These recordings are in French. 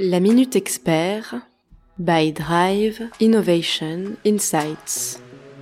La Minute Expert by Drive Innovation Insights.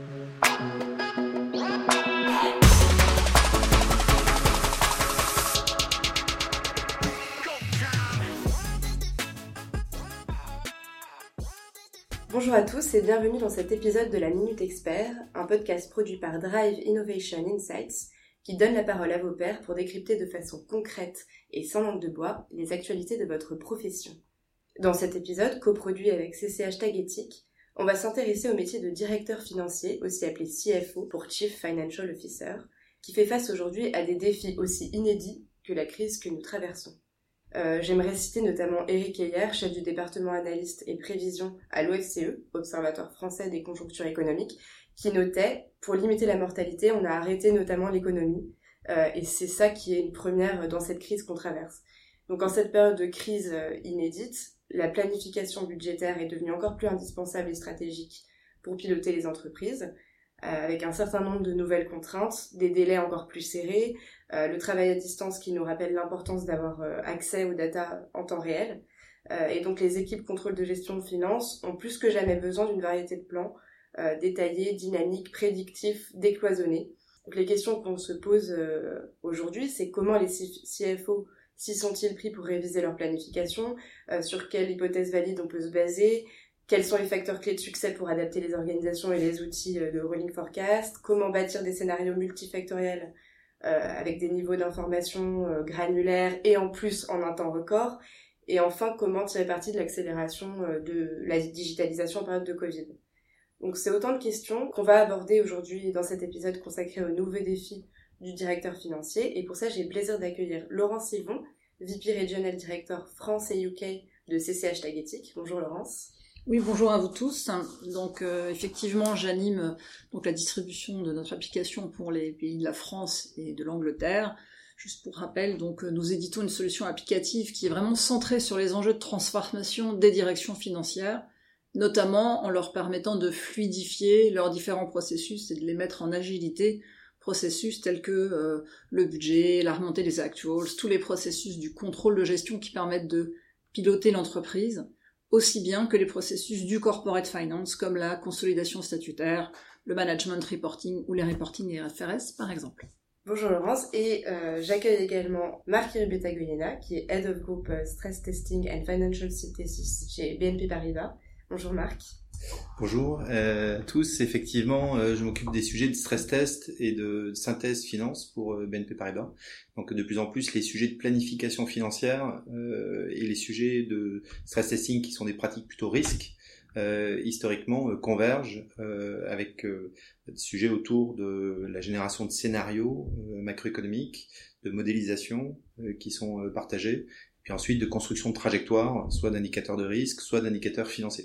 Bonjour à tous et bienvenue dans cet épisode de la Minute Expert, un podcast produit par Drive Innovation Insights qui donne la parole à vos pairs pour décrypter de façon concrète et sans langue de bois les actualités de votre profession. Dans cet épisode, coproduit avec CCH Tagetik, on va s'intéresser au métier de directeur financier, aussi appelé CFO pour Chief Financial Officer, qui fait face aujourd'hui à des défis aussi inédits que la crise que nous traversons. J'aimerais citer notamment Éric Heyer, chef du département analyste et prévision à l'OFCE, Observatoire français des conjonctures économiques, qui notait, pour limiter la mortalité, on a arrêté notamment l'économie, et c'est ça qui est une première dans cette crise qu'on traverse. Donc en cette période de crise inédite, la planification budgétaire est devenue encore plus indispensable et stratégique pour piloter les entreprises, avec un certain nombre de nouvelles contraintes, des délais encore plus serrés, le travail à distance qui nous rappelle l'importance d'avoir accès aux data en temps réel. Et donc les équipes contrôle de gestion de finances ont plus que jamais besoin d'une variété de plans détaillés, dynamiques, prédictifs, décloisonnés. Donc les questions qu'on se pose aujourd'hui, c'est comment les CFO s'y sont-ils pris pour réviser leur planification, sur quelle hypothèse valide on peut se baser, quels sont les facteurs clés de succès pour adapter les organisations et les outils de rolling forecast, comment bâtir des scénarios multifactoriels avec des niveaux d'information granulaires et en plus en un temps record, et enfin comment tirer parti de l'accélération de la digitalisation en période de Covid. Donc c'est autant de questions qu'on va aborder aujourd'hui dans cet épisode consacré aux nouveaux défis du directeur financier, et pour ça j'ai le plaisir d'accueillir Laurence Yvon, VP Regional Director France et UK de CCH Tagetik. Bonjour Laurence. Oui, bonjour à vous tous. Donc effectivement, j'anime donc la distribution de notre application pour les pays de la France et de l'Angleterre. Juste pour rappel, donc nous éditons une solution applicative qui est vraiment centrée sur les enjeux de transformation des directions financières, notamment en leur permettant de fluidifier leurs différents processus et de les mettre en agilité, processus tels que le budget, la remontée des actuals, tous les processus du contrôle de gestion qui permettent de piloter l'entreprise, aussi bien que les processus du corporate finance, comme la consolidation statutaire, le management reporting ou les reporting et FRS, par exemple. Bonjour Laurence, et j'accueille également Marc Iribeta-Goyena, qui est Head of Group Stress Testing and Financial Synthesis chez BNP Paribas. Bonjour Marc. Bonjour à tous, effectivement, je m'occupe des sujets de stress test et de synthèse finance pour BNP Paribas. Donc de plus en plus, les sujets de planification financière et les sujets de stress testing qui sont des pratiques plutôt risques, historiquement convergent avec des sujets autour de la génération de scénarios macroéconomiques, de modélisation qui sont partagés, puis ensuite de construction de trajectoires, soit d'indicateurs de risque, soit d'indicateurs financiers.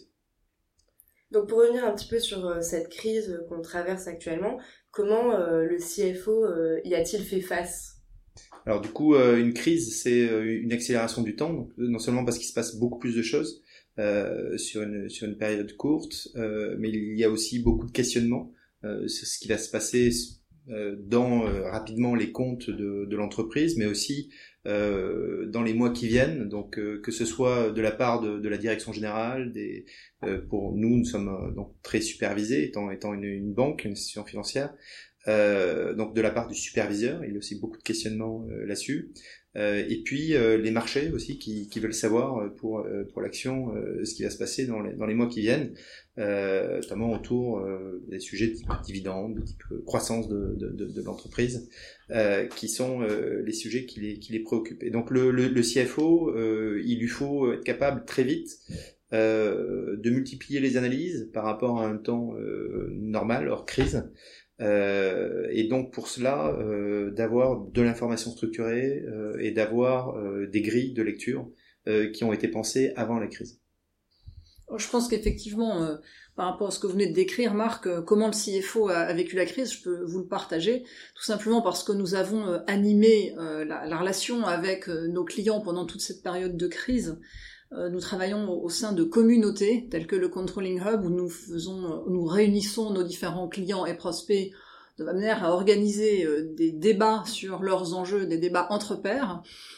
Donc pour revenir un petit peu sur cette crise qu'on traverse actuellement, comment le CFO y a-t-il fait face ? Alors du coup, une crise, c'est une accélération du temps, donc, non seulement parce qu'il se passe beaucoup plus de choses sur une période courte, mais il y a aussi beaucoup de questionnements sur ce qui va se passer dans rapidement les comptes de l'entreprise, mais aussi dans les mois qui viennent, donc que ce soit de la part de la direction générale, pour nous sommes donc très supervisés, étant une banque, une institution financière, donc de la part du superviseur, il y a aussi beaucoup de questionnements là-dessus, et puis les marchés aussi qui veulent savoir pour l'action ce qui va se passer dans les mois qui viennent, notamment autour des sujets de type dividende, de type croissance de l'entreprise, qui sont les sujets qui les préoccupent. Et donc le CFO, il lui faut être capable très vite de multiplier les analyses par rapport à un temps normal, hors crise, et donc pour cela d'avoir de l'information structurée et d'avoir des grilles de lecture qui ont été pensées avant la crise. Je pense qu'effectivement, par rapport à ce que vous venez de décrire, Marc, comment le CFO a vécu la crise, je peux vous le partager, tout simplement parce que nous avons animé la relation avec nos clients pendant toute cette période de crise. Nous travaillons au sein de communautés telles que le Controlling Hub où nous réunissons nos différents clients et prospects de manière à organiser des débats sur leurs enjeux, des débats entre pairs,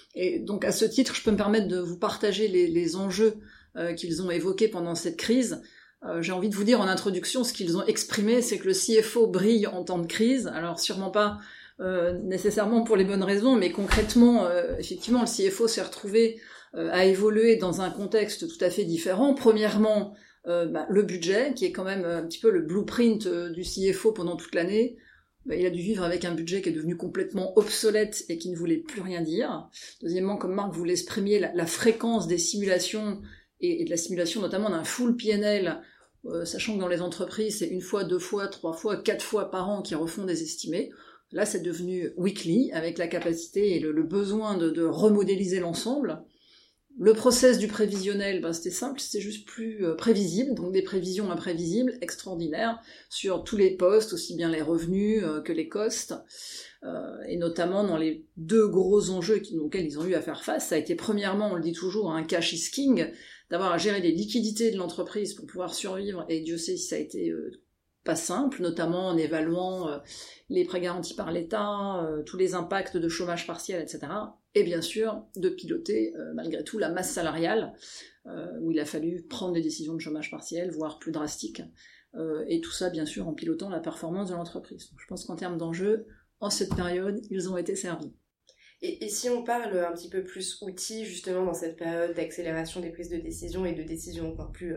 Et donc à ce titre, je peux me permettre de vous partager les enjeux qu'ils ont évoqués pendant cette crise. J'ai envie de vous dire en introduction, ce qu'ils ont exprimé, c'est que le CFO brille en temps de crise. Alors sûrement pas nécessairement pour les bonnes raisons, mais concrètement, effectivement, le CFO s'est retrouvé à évoluer dans un contexte tout à fait différent. Premièrement, le budget, qui est quand même un petit peu le blueprint du CFO pendant toute l'année. Il a dû vivre avec un budget qui est devenu complètement obsolète et qui ne voulait plus rien dire. Deuxièmement, comme Marc vous l'exprimiez, la fréquence des simulations et de la simulation notamment d'un full PNL, sachant que dans les entreprises, c'est 1 fois, 2 fois, 3 fois, 4 fois par an qu'ils refont des estimés. Là, c'est devenu weekly, avec la capacité et le besoin de remodéliser l'ensemble. Le process du prévisionnel, c'était simple, c'était juste plus prévisible, donc des prévisions imprévisibles, extraordinaires, sur tous les postes, aussi bien les revenus que les costs, et notamment dans les 2 gros enjeux auxquels ils ont eu à faire face. Ça a été premièrement, on le dit toujours, un cash is king, d'avoir à gérer les liquidités de l'entreprise pour pouvoir survivre, et Dieu sait si ça a été pas simple, notamment en évaluant les prêts garantis par l'État, tous les impacts de chômage partiel, etc. Et bien sûr, de piloter malgré tout la masse salariale, où il a fallu prendre des décisions de chômage partiel, voire plus drastiques, et tout ça bien sûr en pilotant la performance de l'entreprise. Donc, je pense qu'en termes d'enjeux, en cette période, ils ont été servis. Et si on parle un petit peu plus outils, justement, dans cette période d'accélération des prises de décision et de décisions encore plus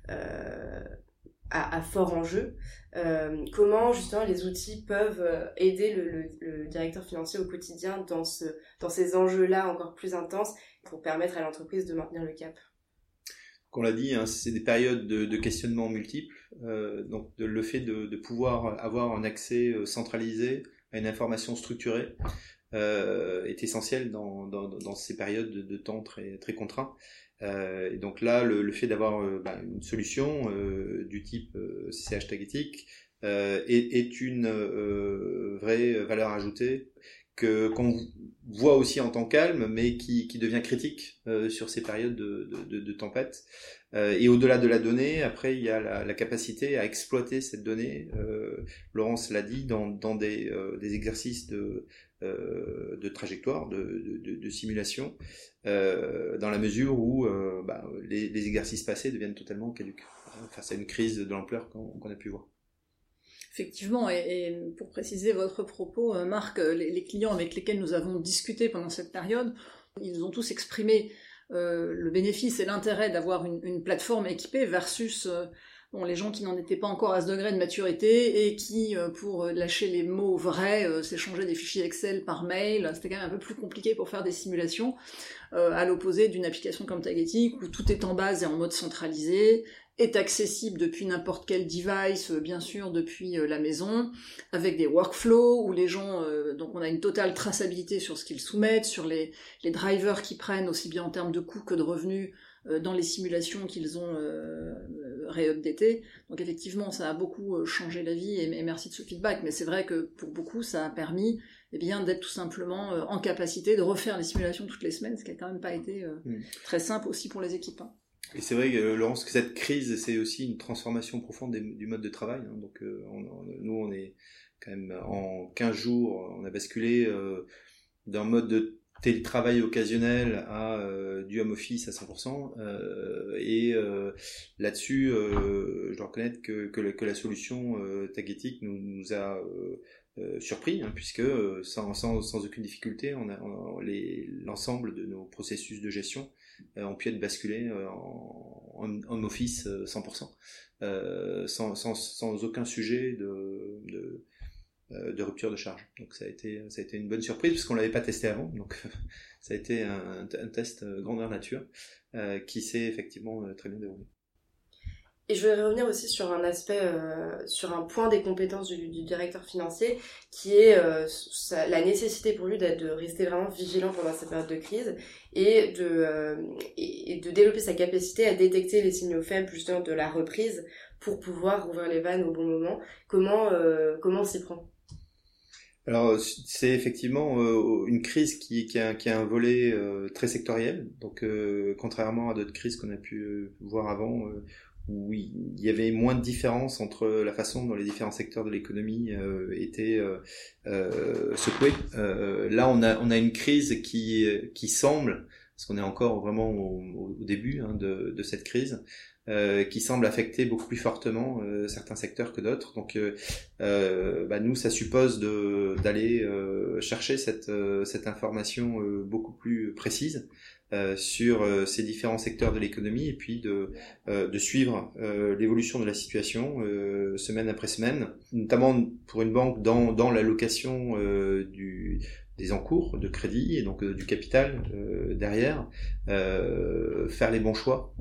à fort enjeu, comment justement les outils peuvent aider le directeur financier au quotidien dans ces enjeux-là encore plus intenses pour permettre à l'entreprise de maintenir le cap? On l'a dit, c'est des périodes de questionnement multiples, donc le fait de pouvoir avoir un accès centralisé à une information structurée est essentiel dans ces périodes de temps très, très contraints. Et donc là, le fait d'avoir une solution du type CCH Tagetik est une vraie valeur ajoutée qu'on voit aussi en temps calme, mais qui devient critique sur ces périodes de tempête. Et au-delà de la donnée, après, il y a la capacité à exploiter cette donnée. Laurence l'a dit, dans des exercices de trajectoire, de simulation, dans la mesure où les exercices passés deviennent totalement caducs face à une crise de l'ampleur qu'on a pu voir. Effectivement, et pour préciser votre propos, Marc, les clients avec lesquels nous avons discuté pendant cette période, ils ont tous exprimé le bénéfice et l'intérêt d'avoir une plateforme équipée versus les gens qui n'en étaient pas encore à ce degré de maturité et qui, pour lâcher les mots vrais, s'échangeaient des fichiers Excel par mail. C'était quand même un peu plus compliqué pour faire des simulations, à l'opposé d'une application comme Tagetik où tout est en base et en mode centralisé, est accessible depuis n'importe quel device, bien sûr, depuis la maison, avec des workflows où les gens, donc on a une totale traçabilité sur ce qu'ils soumettent, sur les drivers qu'ils prennent, aussi bien en termes de coûts que de revenus, dans les simulations qu'ils ont réupdatées. Donc effectivement, ça a beaucoup changé la vie, et merci de ce feedback, mais c'est vrai que pour beaucoup, ça a permis d'être tout simplement en capacité de refaire les simulations toutes les semaines, ce qui n'a quand même pas été très simple aussi pour les équipes. Et c'est vrai, Laurence, que cette crise, c'est aussi une transformation profonde du mode de travail. Donc, nous, on est quand même en 15 jours, on a basculé d'un mode de télétravail occasionnel à du home office à 100%. Là-dessus, je dois reconnaître que la solution Tagetik nous a surpris, puisque sans aucune difficulté, l'ensemble de nos processus de gestion ont pu être basculés en home office 100%, sans aucun sujet de rupture de charge. Donc ça a été une bonne surprise parce qu'on l'avait pas testé avant. Donc ça a été un test grandeur nature qui s'est effectivement très bien déroulé. Et je vais revenir aussi sur un aspect, sur un point des compétences du directeur financier, qui est la nécessité pour lui de rester vraiment vigilant pendant cette période de crise et de développer sa capacité à détecter les signaux faibles justement de la reprise pour pouvoir ouvrir les vannes au bon moment. Comment on s'y prend ? Alors c'est effectivement une crise qui a un volet très sectoriel. Donc contrairement à d'autres crises qu'on a pu voir avant, où il y avait moins de différence entre la façon dont les différents secteurs de l'économie étaient secoués. Là, on a une crise qui semble, parce qu'on est encore vraiment au début de cette crise, qui semble affecter beaucoup plus fortement certains secteurs que d'autres. Donc, nous, ça suppose d'aller chercher cette information beaucoup plus précise sur ces différents secteurs de l'économie, et puis de suivre l'évolution de la situation semaine après semaine, notamment pour une banque dans l'allocation des encours de crédit et donc du capital derrière, faire les bons choix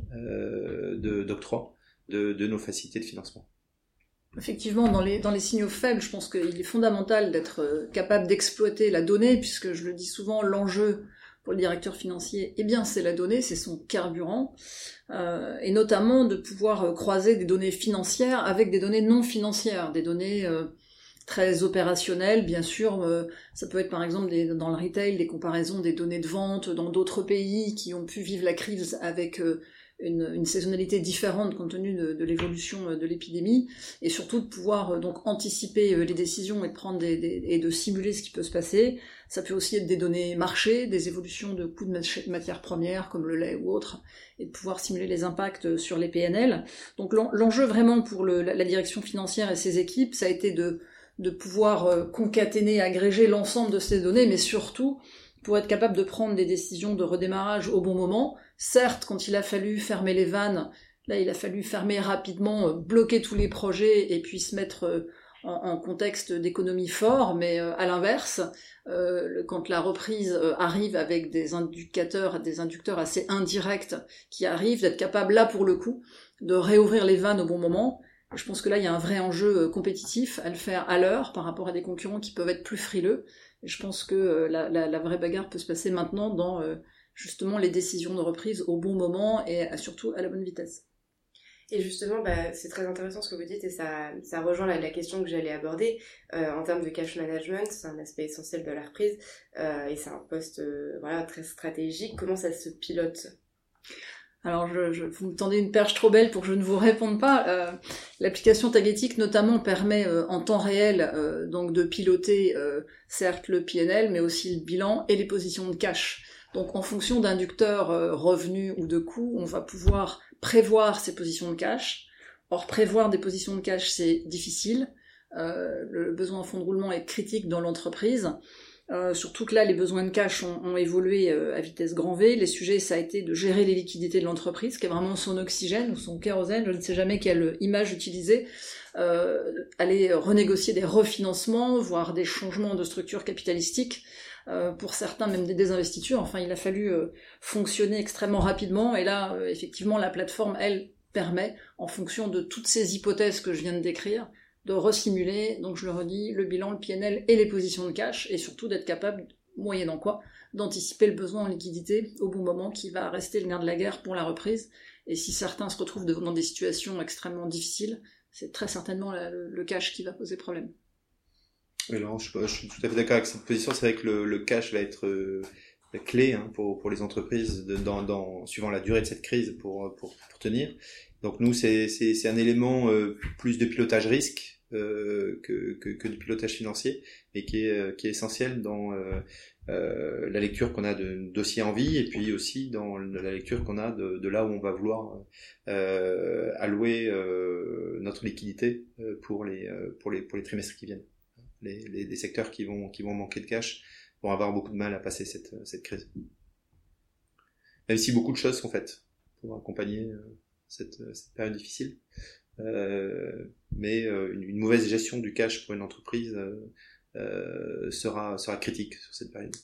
d'octroi de nos facilités de financement. Effectivement, dans les signaux faibles, je pense qu'il est fondamental d'être capable d'exploiter la donnée, puisque je le dis souvent, l'enjeu pour le directeur financier, c'est la donnée, c'est son carburant, et notamment de pouvoir croiser des données financières avec des données non financières, des données très opérationnelles, bien sûr. Ça peut être par exemple dans le retail des comparaisons des données de vente dans d'autres pays qui ont pu vivre la crise avec une saisonnalité différente compte tenu de l'évolution de l'épidémie, et surtout de pouvoir donc anticiper les décisions et de prendre et de simuler ce qui peut se passer. Ça peut aussi être des données marché, des évolutions de coûts de matières premières comme le lait ou autre, et de pouvoir simuler les impacts sur les PNL. Donc l'enjeu vraiment pour la direction financière et ses équipes, ça a été de pouvoir concaténer, agréger l'ensemble de ces données, mais surtout pour être capable de prendre des décisions de redémarrage au bon moment. Certes, quand il a fallu fermer les vannes, là il a fallu fermer rapidement, bloquer tous les projets et puis se mettre en contexte d'économie fort, mais à l'inverse, quand la reprise arrive avec des inducteurs assez indirects qui arrivent, d'être capable là pour le coup de réouvrir les vannes au bon moment. Je pense que là il y a un vrai enjeu compétitif à le faire à l'heure par rapport à des concurrents qui peuvent être plus frileux. Et je pense que la vraie bagarre peut se passer maintenant dans justement les décisions de reprise au bon moment et surtout à la bonne vitesse. Et justement, c'est très intéressant ce que vous dites, et ça rejoint la question que j'allais aborder. En termes de cash management, c'est un aspect essentiel de la reprise, et c'est un poste très stratégique. Comment ça se pilote ? Alors, vous me tendez une perche trop belle pour que je ne vous réponde pas. L'application Tagetik, notamment, permet en temps réel donc de piloter certes le PNL, mais aussi le bilan et les positions de cash. Donc, en fonction d'inducteurs revenus ou de coûts, on va pouvoir prévoir ces positions de cash. Or, prévoir des positions de cash, c'est difficile. Le besoin en fonds de roulement est critique dans l'entreprise. Surtout que là, les besoins de cash ont évolué à vitesse grand V. Les sujets, ça a été de gérer les liquidités de l'entreprise, qui est vraiment son oxygène ou son kérosène, je ne sais jamais quelle image utiliser, aller renégocier des refinancements, voire des changements de structure capitalistique, pour certains même des désinvestitures. Enfin, il a fallu fonctionner extrêmement rapidement, et là, effectivement, la plateforme, elle, permet, en fonction de toutes ces hypothèses que je viens de décrire, de resimuler, donc je le redis, le bilan, le PNL et les positions de cash, et surtout d'être capable, moyennant quoi, d'anticiper le besoin en liquidité au bon moment qui va rester le nerf de la guerre pour la reprise. Et si certains se retrouvent dans des situations extrêmement difficiles, c'est très certainement le cash qui va poser problème. Alors, je suis tout à fait d'accord avec cette position. C'est vrai que le cash va être la clé pour les entreprises suivant la durée de cette crise pour tenir. Donc nous, c'est un élément plus de pilotage risque que du pilotage financier, mais qui est essentiel dans la lecture qu'on a de dossiers en vie, et puis aussi dans la lecture qu'on a de là où on va vouloir allouer notre liquidité pour les trimestres qui viennent. Les secteurs qui vont manquer de cash vont avoir beaucoup de mal à passer cette crise. Même si beaucoup de choses sont faites pour accompagner cette période difficile. Mais une mauvaise gestion du cash pour une entreprise sera critique sur cette période.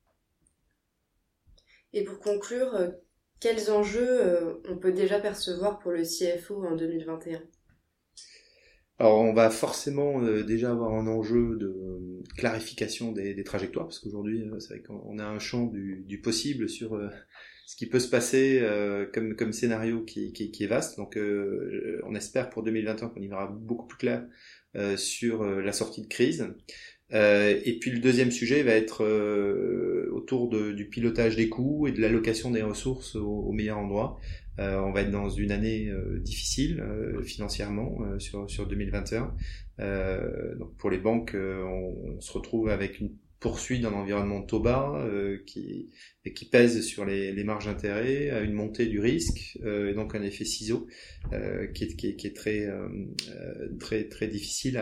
Et pour conclure, quels enjeux on peut déjà percevoir pour le CFO en 2021 ? Alors on va forcément déjà avoir un enjeu de clarification des trajectoires, parce qu'aujourd'hui c'est vrai qu'on a un champ du possible sur ce qui peut se passer comme scénario qui est vaste. Donc on espère pour 2021 qu'on y verra beaucoup plus clair sur la sortie de crise. Et puis le deuxième sujet va être autour du pilotage des coûts et de l'allocation des ressources au meilleur endroit, On va être dans une année difficile financièrement sur 2021. Donc pour les banques, on se retrouve avec une poursuite d'un environnement de taux bas qui pèse sur les marges d'intérêt, à une montée du risque et donc un effet ciseau qui est très difficile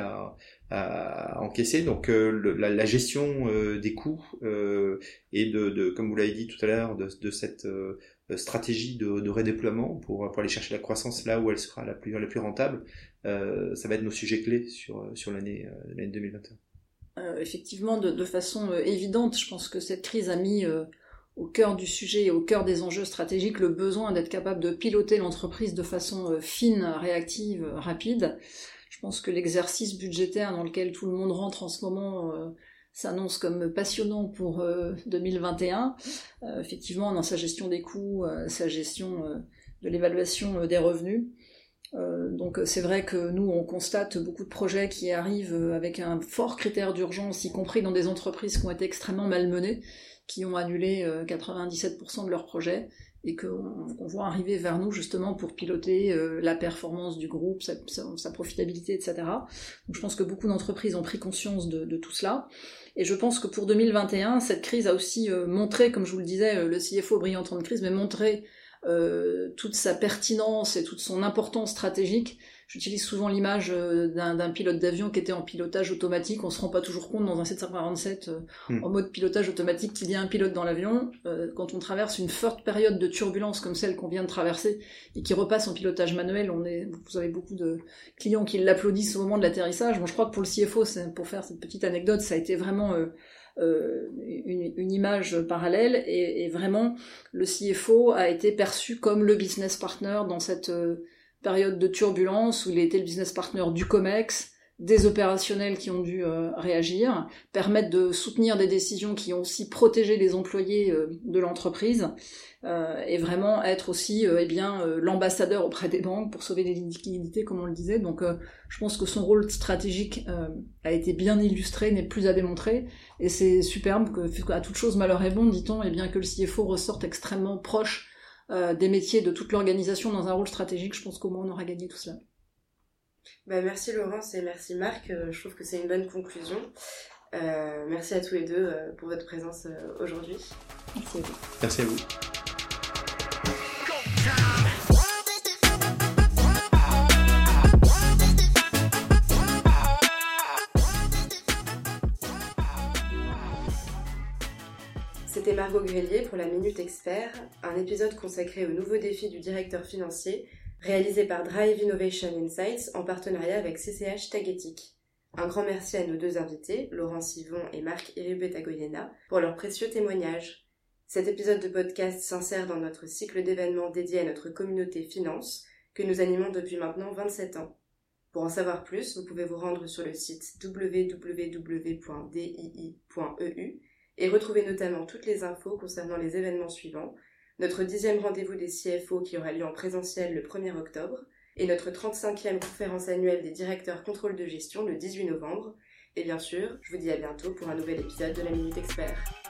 à encaisser. Donc la gestion des coûts et comme vous l'avez dit tout à l'heure de cette stratégie de redéploiement pour aller chercher la croissance là où elle sera la plus rentable, ça va être nos sujets clés sur l'année 2021. Effectivement, de façon évidente, je pense que cette crise a mis au cœur du sujet et au cœur des enjeux stratégiques le besoin d'être capable de piloter l'entreprise de façon fine, réactive, rapide. Je pense que l'exercice budgétaire dans lequel tout le monde rentre en ce moment s'annonce comme passionnant pour 2021. Effectivement, dans sa gestion des coûts, sa gestion de l'évaluation des revenus. Donc c'est vrai que nous on constate beaucoup de projets qui arrivent avec un fort critère d'urgence, y compris dans des entreprises qui ont été extrêmement malmenées, qui ont annulé 97% de leurs projets et qu'on voit arriver vers nous justement pour piloter la performance du groupe, sa profitabilité, etc. Donc je pense que beaucoup d'entreprises ont pris conscience de tout cela. Et je pense que pour 2021, cette crise a aussi montré, comme je vous le disais, le CFO brillant en temps de crise, mais montré toute sa pertinence et toute son importance stratégique. J'utilise souvent l'image d'un pilote d'avion qui était en pilotage automatique. On se rend pas toujours compte dans un 747 en mode pilotage automatique qu'il y a un pilote dans l'avion. Quand on traverse une forte période de turbulence comme celle qu'on vient de traverser et qui repasse en pilotage manuel, vous avez beaucoup de clients qui l'applaudissent au moment de l'atterrissage. Bon, je crois que pour le CFO, pour faire cette petite anecdote, ça a été vraiment une image parallèle et vraiment le CFO a été perçu comme le business partner dans cette période de turbulence où il était le business partner du COMEX, des opérationnels qui ont dû réagir, permettre de soutenir des décisions qui ont aussi protégé les employés de l'entreprise et vraiment être aussi l'ambassadeur auprès des banques pour sauver les liquidités comme on le disait. Donc je pense que son rôle stratégique a été bien illustré, n'est plus à démontrer et c'est superbe que à toute chose malheur est bon, dit-on, et bien que le CFO ressorte extrêmement proche des métiers de toute l'organisation dans un rôle stratégique. Je pense qu'au moins on aura gagné tout cela. Merci Laurence et merci Marc, je trouve que c'est une bonne conclusion. Merci à tous les deux pour votre présence aujourd'hui. Merci à vous. Merci à vous. C'était Margot Grélier pour la Minute Expert, un épisode consacré aux nouveaux défis du directeur financier, réalisé par Drive Innovation Insights en partenariat avec CCH Tagetik. Un grand merci à nos deux invités, Laurence Yvon et Marc Irubetagoyena, pour leurs précieux témoignages. Cet épisode de podcast s'insère dans notre cycle d'événements dédié à notre communauté finance, que nous animons depuis maintenant 27 ans. Pour en savoir plus, vous pouvez vous rendre sur le site www.dii.eu et retrouver notamment toutes les infos concernant les événements suivants, notre 10e rendez-vous des CFO qui aura lieu en présentiel le 1er octobre, et notre 35e conférence annuelle des directeurs contrôle de gestion le 18 novembre. Et bien sûr, je vous dis à bientôt pour un nouvel épisode de la Minute Expert.